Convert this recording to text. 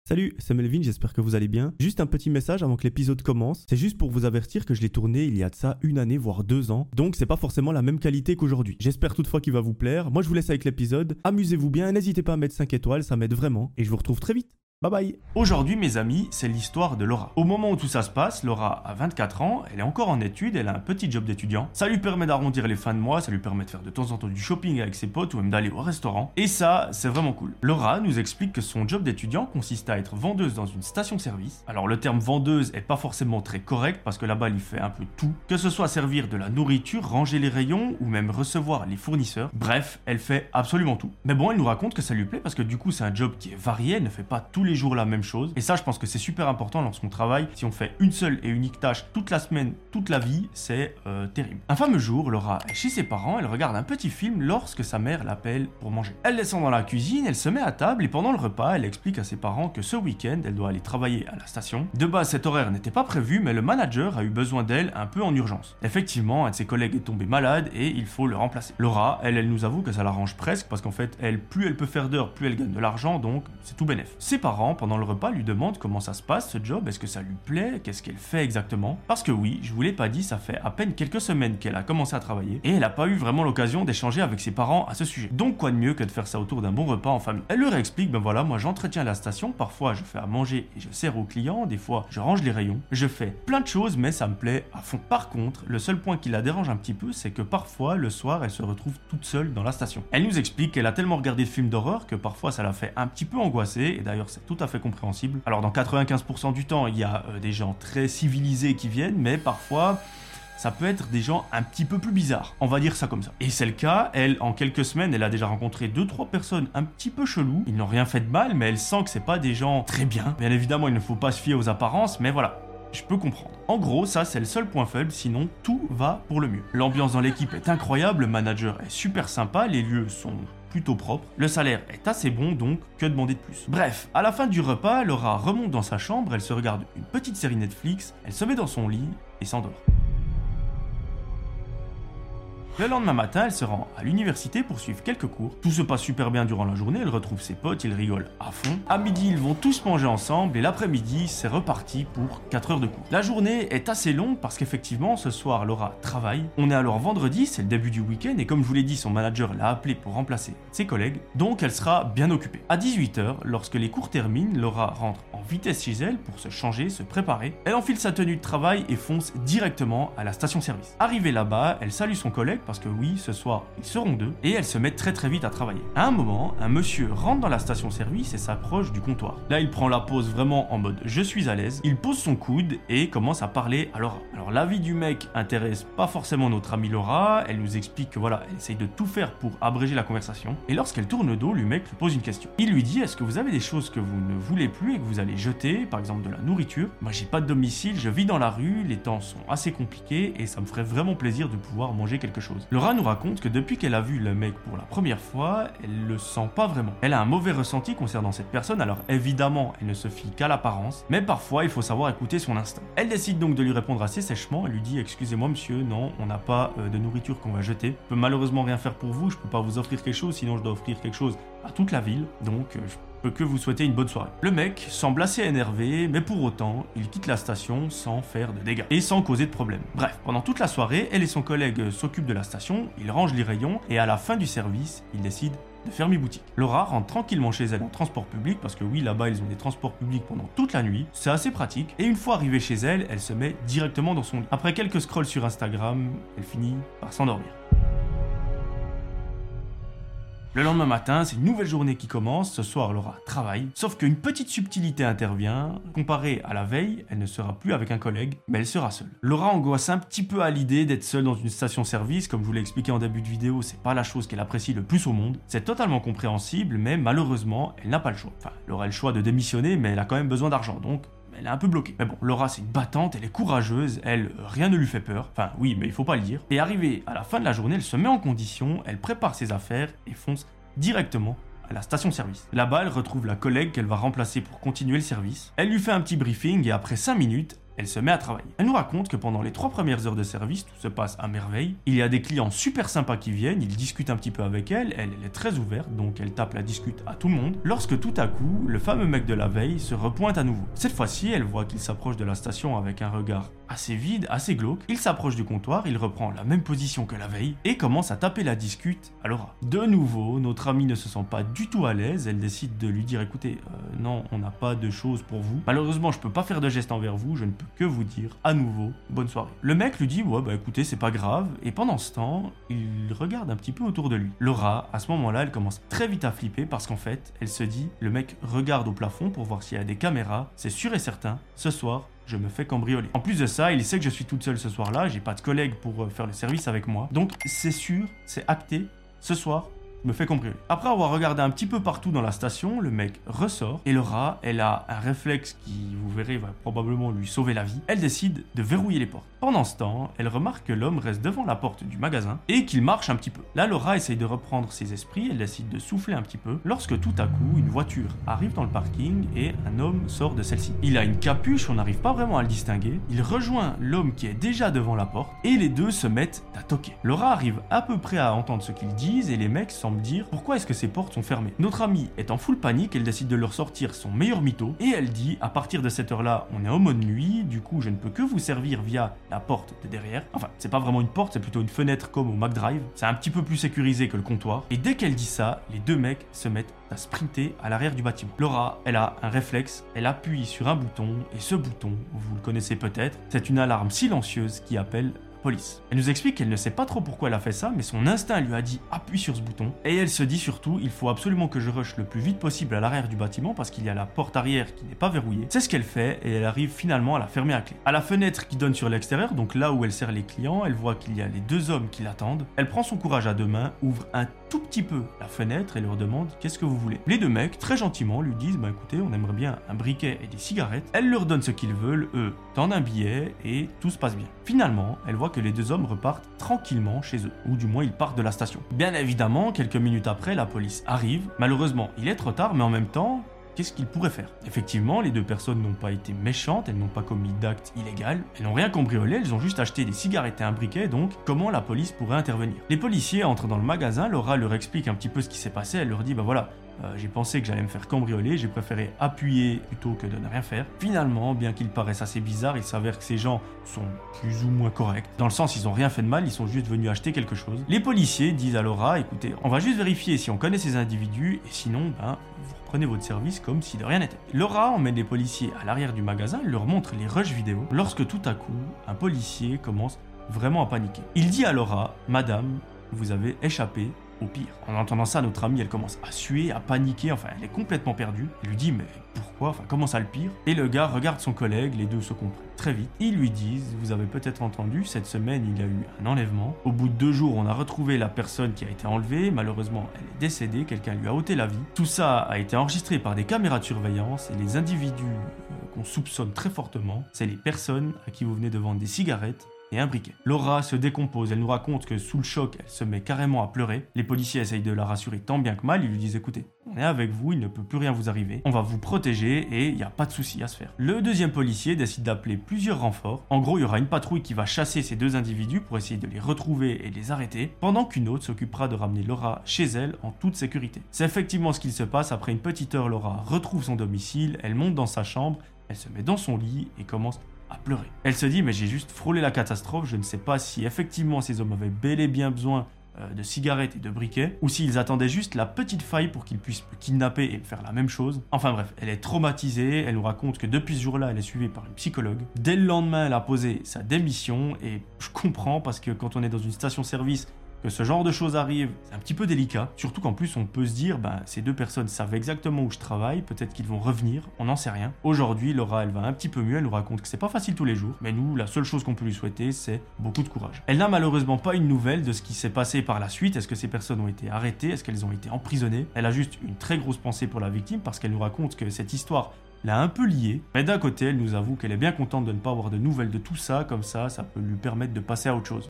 Salut, c'est Melvin, j'espère que vous allez bien. Juste un petit message avant que l'épisode commence. C'est juste pour vous avertir que je l'ai tourné il y a de ça une année, voire 2 ans. Donc c'est pas forcément la même qualité qu'aujourd'hui. J'espère toutefois qu'il va vous plaire. Moi je vous laisse avec l'épisode. Amusez-vous bien, n'hésitez pas à mettre 5 étoiles, ça m'aide vraiment. Et je vous retrouve très vite. Bye bye. Aujourd'hui, mes amis, c'est l'histoire de Laura. Au moment où tout ça se passe, Laura a 24 ans, elle est encore en études, elle a un petit job d'étudiant. Ça lui permet d'arrondir les fins de mois, ça lui permet de faire de temps en temps du shopping avec ses potes ou même d'aller au restaurant. Et ça, c'est vraiment cool. Laura nous explique que son job d'étudiant consiste à être vendeuse dans une station-service. Alors le terme vendeuse est pas forcément très correct parce que là-bas, elle fait un peu tout. Que ce soit servir de la nourriture, ranger les rayons ou même recevoir les fournisseurs. Bref, elle fait absolument tout. Mais bon, elle nous raconte que ça lui plaît parce que du coup, c'est un job qui est varié, elle ne fait pas tous les jours la même chose. Et ça, je pense que c'est super important lorsqu'on travaille. Si on fait une seule et unique tâche toute la semaine, toute la vie, c'est terrible. Un fameux jour, Laura est chez ses parents, elle regarde un petit film lorsque sa mère l'appelle pour manger. Elle descend dans la cuisine, elle se met à table et pendant le repas, elle explique à ses parents que ce week-end, elle doit aller travailler à la station. De base, cet horaire n'était pas prévu, mais le manager a eu besoin d'elle un peu en urgence. Effectivement, un de ses collègues est tombé malade et il faut le remplacer. Laura, elle nous avoue que ça l'arrange presque parce qu'en fait, plus elle peut faire d'heures, plus elle gagne de l'argent, donc c'est tout bénef. Ses parents, pendant le repas, lui demandent comment ça se passe ce job, est-ce que ça lui plaît, qu'est-ce qu'elle fait exactement. Parce que oui, je vous l'ai pas dit, ça fait à peine quelques semaines qu'elle a commencé à travailler et elle a pas eu vraiment l'occasion d'échanger avec ses parents à ce sujet. Donc quoi de mieux que de faire ça autour d'un bon repas en famille. Elle leur explique, ben voilà, moi j'entretiens la station, parfois je fais à manger et je sers aux clients, des fois je range les rayons, je fais plein de choses mais ça me plaît à fond. Par contre, le seul point qui la dérange un petit peu, c'est que parfois le soir elle se retrouve toute seule dans la station. Elle nous explique qu'elle a tellement regardé de films d'horreur que parfois ça la fait un petit peu angoisser et d'ailleurs c'est tout à fait compréhensible. Alors dans 95% du temps, il y a des gens très civilisés qui viennent, mais parfois ça peut être des gens un petit peu plus bizarres, on va dire ça comme ça. Et c'est le cas, elle, en quelques semaines, elle a déjà rencontré 2-3 personnes un petit peu cheloues. Ils n'ont rien fait de mal, mais elle sent que c'est pas des gens très bien. Bien évidemment, il ne faut pas se fier aux apparences, mais voilà. Je peux comprendre. En gros, ça c'est le seul point faible, sinon tout va pour le mieux. L'ambiance dans l'équipe est incroyable, le manager est super sympa, les lieux sont plutôt propre, le salaire est assez bon, donc que demander de plus. Bref, à la fin du repas, Laura remonte dans sa chambre, elle se regarde une petite série Netflix, elle se met dans son lit et s'endort. Le lendemain matin, elle se rend à l'université pour suivre quelques cours. Tout se passe super bien durant la journée, elle retrouve ses potes, ils rigolent à fond. À midi, ils vont tous manger ensemble et l'après-midi, c'est reparti pour 4 heures de cours. La journée est assez longue parce qu'effectivement, ce soir, Laura travaille. On est alors vendredi, c'est le début du week-end et comme je vous l'ai dit, son manager l'a appelée pour remplacer ses collègues, donc elle sera bien occupée. À 18h, lorsque les cours terminent, Laura rentre en vitesse chez elle pour se changer, se préparer. Elle enfile sa tenue de travail et fonce directement à la station-service. Arrivée là-bas, elle salue son collègue parce que oui, ce soir, ils seront 2, et elle se met très vite à travailler. À un moment, un monsieur rentre dans la station-service et s'approche du comptoir. Là, il prend la pose vraiment en mode « je suis à l'aise », il pose son coude et commence à parler à Laura. Alors, l'avis du mec intéresse pas forcément notre amie Laura, elle nous explique que voilà, elle essaye de tout faire pour abréger la conversation, et lorsqu'elle tourne le dos, le mec lui pose une question. Il lui dit « est-ce que vous avez des choses que vous ne voulez plus et que vous allez jeter, par exemple de la nourriture ? Moi, j'ai pas de domicile, je vis dans la rue, les temps sont assez compliqués et ça me ferait vraiment plaisir de pouvoir manger quelque chose. » Laura nous raconte que depuis qu'elle a vu le mec pour la première fois, elle le sent pas vraiment. Elle a un mauvais ressenti concernant cette personne, alors évidemment, elle ne se fie qu'à l'apparence, mais parfois il faut savoir écouter son instinct. Elle décide donc de lui répondre assez sèchement, elle lui dit « excusez-moi monsieur, non, on n'a pas de nourriture qu'on va jeter. Je peux malheureusement rien faire pour vous, je peux pas vous offrir quelque chose, sinon je dois offrir quelque chose à toute la ville, donc je peux que vous souhaiter une bonne soirée. » Le mec semble assez énervé, mais pour autant, il quitte la station sans faire de dégâts et sans causer de problème. Bref, pendant toute la soirée, elle et son collègue s'occupent de la station, ils rangent les rayons et à la fin du service, ils décident de fermer boutique. Laura rentre tranquillement chez elle en transport public parce que oui, là-bas, ils ont des transports publics pendant toute la nuit, c'est assez pratique, et une fois arrivée chez elle, elle se met directement dans son lit. Après quelques scrolls sur Instagram, elle finit par s'endormir. Le lendemain matin, c'est une nouvelle journée qui commence, ce soir Laura travaille, sauf qu'une petite subtilité intervient, comparée à la veille, elle ne sera plus avec un collègue, mais elle sera seule. Laura angoisse un petit peu à l'idée d'être seule dans une station-service, comme je vous l'ai expliqué en début de vidéo, c'est pas la chose qu'elle apprécie le plus au monde, c'est totalement compréhensible, mais malheureusement, elle n'a pas le choix. Enfin, elle aurait le choix de démissionner, mais elle a quand même besoin d'argent, donc elle est un peu bloquée. Mais bon, Laura c'est une battante, elle est courageuse, elle, rien ne lui fait peur. Enfin oui, mais il faut pas le dire. Et arrivée à la fin de la journée, elle se met en condition, elle prépare ses affaires et fonce directement à la station-service. Là-bas, elle retrouve la collègue qu'elle va remplacer pour continuer le service. Elle lui fait un petit briefing et après 5 minutes, elle se met à travailler. Elle nous raconte que pendant les 3 premières heures de service, tout se passe à merveille. Il y a des clients super sympas qui viennent, ils discutent un petit peu avec elle est très ouverte, donc elle tape la discute à tout le monde. Lorsque tout à coup, le fameux mec de la veille se repointe à nouveau. Cette fois-ci, elle voit qu'il s'approche de la station avec un regard assez vide, assez glauque. Il s'approche du comptoir, il reprend la même position que la veille et commence à taper la discute à Laura. De nouveau, notre amie ne se sent pas du tout à l'aise, elle décide de lui dire écoutez, non, on n'a pas de choses pour vous. Malheureusement, je peux pas faire de geste envers vous, je ne peux que vous dire à nouveau bonne soirée. Le mec lui dit ouais bah écoutez, c'est pas grave et pendant ce temps, il regarde un petit peu autour de lui. Laura, à ce moment-là, elle commence très vite à flipper parce qu'en fait, elle se dit le mec regarde au plafond pour voir s'il y a des caméras, c'est sûr et certain, ce soir je me fais cambrioler. En plus de ça, il sait que je suis toute seule ce soir-là, j'ai pas de collègues pour faire le service avec moi. Donc c'est sûr, c'est acté, ce soir, je me fais cambrioler. Après avoir regardé un petit peu partout dans la station, le mec ressort et Laura, elle a un réflexe qui, vous verrez, va probablement lui sauver la vie. Elle décide de verrouiller les portes. Pendant ce temps, elle remarque que l'homme reste devant la porte du magasin et qu'il marche un petit peu. Là, Laura essaye de reprendre ses esprits, elle décide de souffler un petit peu, lorsque tout à coup, une voiture arrive dans le parking et un homme sort de celle-ci. Il a une capuche, on n'arrive pas vraiment à le distinguer. Il rejoint l'homme qui est déjà devant la porte et les deux se mettent à toquer. Laura arrive à peu près à entendre ce qu'ils disent et les mecs semblent dire pourquoi est-ce que ces portes sont fermées. Notre amie est en full panique, elle décide de leur sortir son meilleur mytho et elle dit à partir de cette heure-là, on est en mode nuit, du coup je ne peux que vous servir via la porte de derrière. Enfin, c'est pas vraiment une porte, c'est plutôt une fenêtre comme au McDrive. C'est un petit peu plus sécurisé que le comptoir. Et dès qu'elle dit ça, les deux mecs se mettent à sprinter à l'arrière du bâtiment. Laura, elle a un réflexe, elle appuie sur un bouton et ce bouton, vous le connaissez peut-être, c'est une alarme silencieuse qui appelle police. Elle nous explique qu'elle ne sait pas trop pourquoi elle a fait ça, mais son instinct lui a dit appuie sur ce bouton. Et elle se dit surtout, il faut absolument que je rush le plus vite possible à l'arrière du bâtiment parce qu'il y a la porte arrière qui n'est pas verrouillée. C'est ce qu'elle fait et elle arrive finalement à la fermer à clé. À la fenêtre qui donne sur l'extérieur, donc là où elle sert les clients, elle voit qu'il y a les deux hommes qui l'attendent. Elle prend son courage à deux mains, ouvre un tout petit peu la fenêtre et leur demande qu'est-ce que vous voulez. Les deux mecs, très gentiment, lui disent bah écoutez, on aimerait bien un briquet et des cigarettes. Elle leur donne ce qu'ils veulent, eux tendent un billet et tout se passe bien. Finalement, elle voit que les deux hommes repartent tranquillement chez eux, ou du moins ils partent de la station. Bien évidemment, quelques minutes après, la police arrive. Malheureusement, il est trop tard, mais en même temps, qu'est-ce qu'ils pourraient faire? Effectivement, les deux personnes n'ont pas été méchantes, elles n'ont pas commis d'acte illégal, elles n'ont rien cambriolé, elles ont juste acheté des cigarettes et un briquet, donc comment la police pourrait intervenir? Les policiers entrent dans le magasin, Laura leur explique un petit peu ce qui s'est passé, elle leur dit bah voilà, j'ai pensé que j'allais me faire cambrioler, j'ai préféré appuyer plutôt que de ne rien faire. Finalement, bien qu'ils paraissent assez bizarres, il s'avère que ces gens sont plus ou moins corrects. Dans le sens, ils n'ont rien fait de mal, ils sont juste venus acheter quelque chose. Les policiers disent à Laura, écoutez, on va juste vérifier si on connaît ces individus, et sinon, vous reprenez votre service comme si de rien n'était. Laura emmène les policiers à l'arrière du magasin, elle leur montre les rushs vidéo, lorsque tout à coup, un policier commence vraiment à paniquer. Il dit à Laura, madame, vous avez échappé au pire. En entendant ça, notre amie, elle commence à suer, à paniquer, enfin, elle est complètement perdue. Elle lui dit, mais pourquoi? Enfin, comment ça le pire? Et le gars regarde son collègue, les deux se comprennent très vite. Ils lui disent, vous avez peut-être entendu, cette semaine, il y a eu un enlèvement. Au bout de 2 jours, on a retrouvé la personne qui a été enlevée. Malheureusement, elle est décédée, quelqu'un lui a ôté la vie. Tout ça a été enregistré par des caméras de surveillance et les individus qu'on soupçonne très fortement, c'est les personnes à qui vous venez de vendre des cigarettes et un briquet. Laura se décompose, elle nous raconte que sous le choc, elle se met carrément à pleurer. Les policiers essayent de la rassurer tant bien que mal, ils lui disent écoutez, on est avec vous, il ne peut plus rien vous arriver, on va vous protéger et il n'y a pas de souci à se faire. Le deuxième policier décide d'appeler plusieurs renforts. En gros, il y aura une patrouille qui va chasser ces deux individus pour essayer de les retrouver et de les arrêter, pendant qu'une autre s'occupera de ramener Laura chez elle en toute sécurité. C'est effectivement ce qu'il se passe. Après une petite heure, Laura retrouve son domicile, elle monte dans sa chambre, elle se met dans son lit et commence à pleurer. Elle se dit mais j'ai juste frôlé la catastrophe, je ne sais pas si effectivement ces hommes avaient bel et bien besoin de cigarettes et de briquets, ou s'ils attendaient juste la petite faille pour qu'ils puissent me kidnapper et me faire la même chose. Enfin bref, elle est traumatisée, elle nous raconte que depuis ce jour-là, elle est suivie par une psychologue. Dès le lendemain, elle a posé sa démission, et je comprends parce que quand on est dans une station-service, que ce genre de choses arrive, c'est un petit peu délicat. Surtout qu'en plus, on peut se dire, ces deux personnes savent exactement où je travaille, peut-être qu'ils vont revenir, on n'en sait rien. Aujourd'hui, Laura, elle va un petit peu mieux, elle nous raconte que c'est pas facile tous les jours, mais nous, la seule chose qu'on peut lui souhaiter, c'est beaucoup de courage. Elle n'a malheureusement pas une nouvelle de ce qui s'est passé par la suite. Est-ce que ces personnes ont été arrêtées? Est-ce qu'elles ont été emprisonnées? Elle a juste une très grosse pensée pour la victime parce qu'elle nous raconte que cette histoire l'a un peu liée, mais d'un côté, elle nous avoue qu'elle est bien contente de ne pas avoir de nouvelles de tout ça, comme ça peut lui permettre de passer à autre chose.